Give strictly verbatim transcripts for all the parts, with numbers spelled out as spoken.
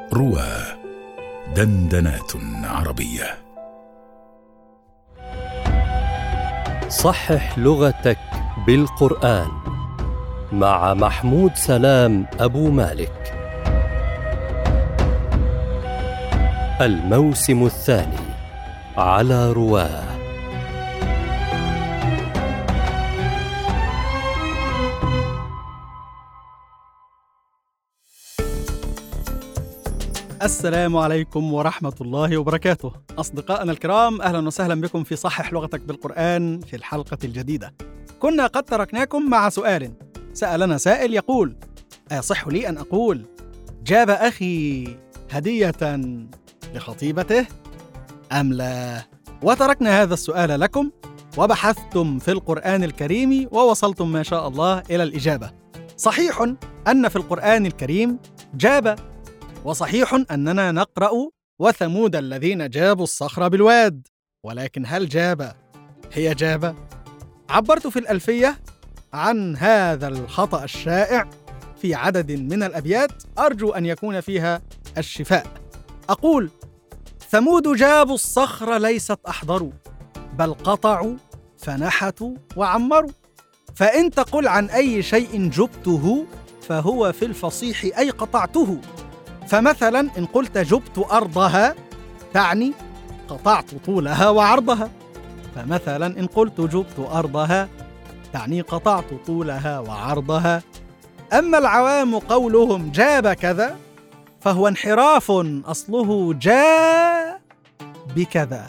روى دندنات عربية. صحح لغتك بالقرآن مع محمود سلام أبو مالك. الموسم الثاني على رواه. السلام عليكم ورحمة الله وبركاته. أصدقائنا الكرام، أهلا وسهلا بكم في صحح لغتك بالقرآن في الحلقة الجديدة. كنا قد تركناكم مع سؤال. سألنا سائل يقول: أيصح لي أن أقول جاب أخي هدية لخطيبته أم لا؟ وتركنا هذا السؤال لكم، وبحثتم في القرآن الكريم ووصلتم ما شاء الله إلى الإجابة. صحيح أن في القرآن الكريم جاب، وصحيح أننا نقرأ وثمود الذين جابوا الصخر بالواد، ولكن هل جاب هي جاب؟ عبرت في الألفية عن هذا الخطأ الشائع في عدد من الأبيات أرجو أن يكون فيها الشفاء. أقول: ثمود جابوا الصخر ليست أحضروا، بل قطعوا فنحتوا وعمروا. فإن تقل عن أي شيء جبته فهو في الفصيح أي قطعته. فمثلا إن قلت جبت أرضها تعني قطعت طولها وعرضها. فمثلا إن قلت جبت أرضها تعني قطعت طولها وعرضها. أما العوام قولهم جاب كذا فهو انحراف أصله جاء بكذا.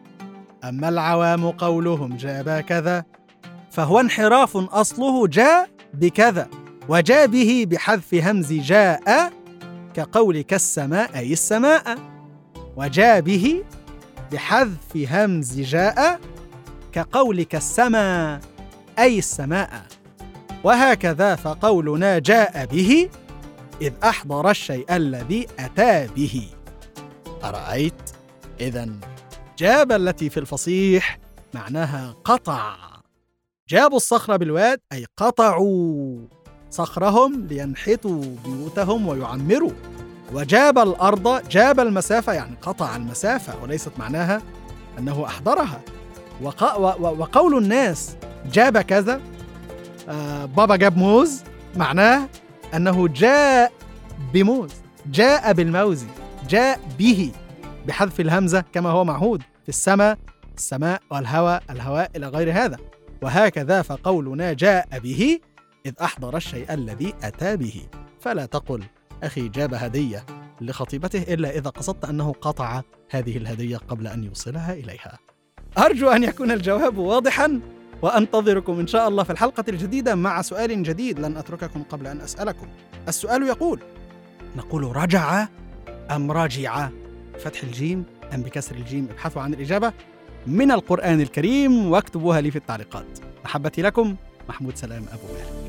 أما العوام قولهم جاب كذا فهو انحراف أصله جاء بكذا، وجاء به بحذف همز جاء كقولك السماء أي السماء، وجاء به بحذف همز جاء كقولك السماء أي السماء. وهكذا فقولنا جاء به إذ أحضر الشيء الذي أتى به. أرأيت؟ إذن جاب التي في الفصيح معناها قطع. جابوا الصخر بالواد أي قطعوا صخرهم لينحتوا بيوتهم ويعمروا. وجاب الأرض جاب المسافة يعني قطع المسافة، وليست معناها أنه أحضرها. وق... وقول الناس جاب كذا، آه بابا جاب موز، معناه أنه جاء بموز، جاء بالموز، جاء به بحذف الهمزة كما هو معهود في السماء السماء والهواء الهواء إلى غير هذا. وهكذا فقولنا جاء به إذ أحضر الشيء الذي أتى به. فلا تقل أخي جاب هدية لخطيبته إلا إذا قصدت أنه قطع هذه الهدية قبل أن يوصلها إليها. أرجو أن يكون الجواب واضحا، وأنتظركم إن شاء الله في الحلقة الجديدة مع سؤال جديد لن أترككم قبل أن أسألكم. السؤال يقول: نقول رجع أم رجع؟ فتح الجيم أم بكسر الجيم؟ ابحثوا عن الإجابة من القرآن الكريم واكتبوها لي في التعليقات. محبتي لكم، محمود سلام أبو مالك.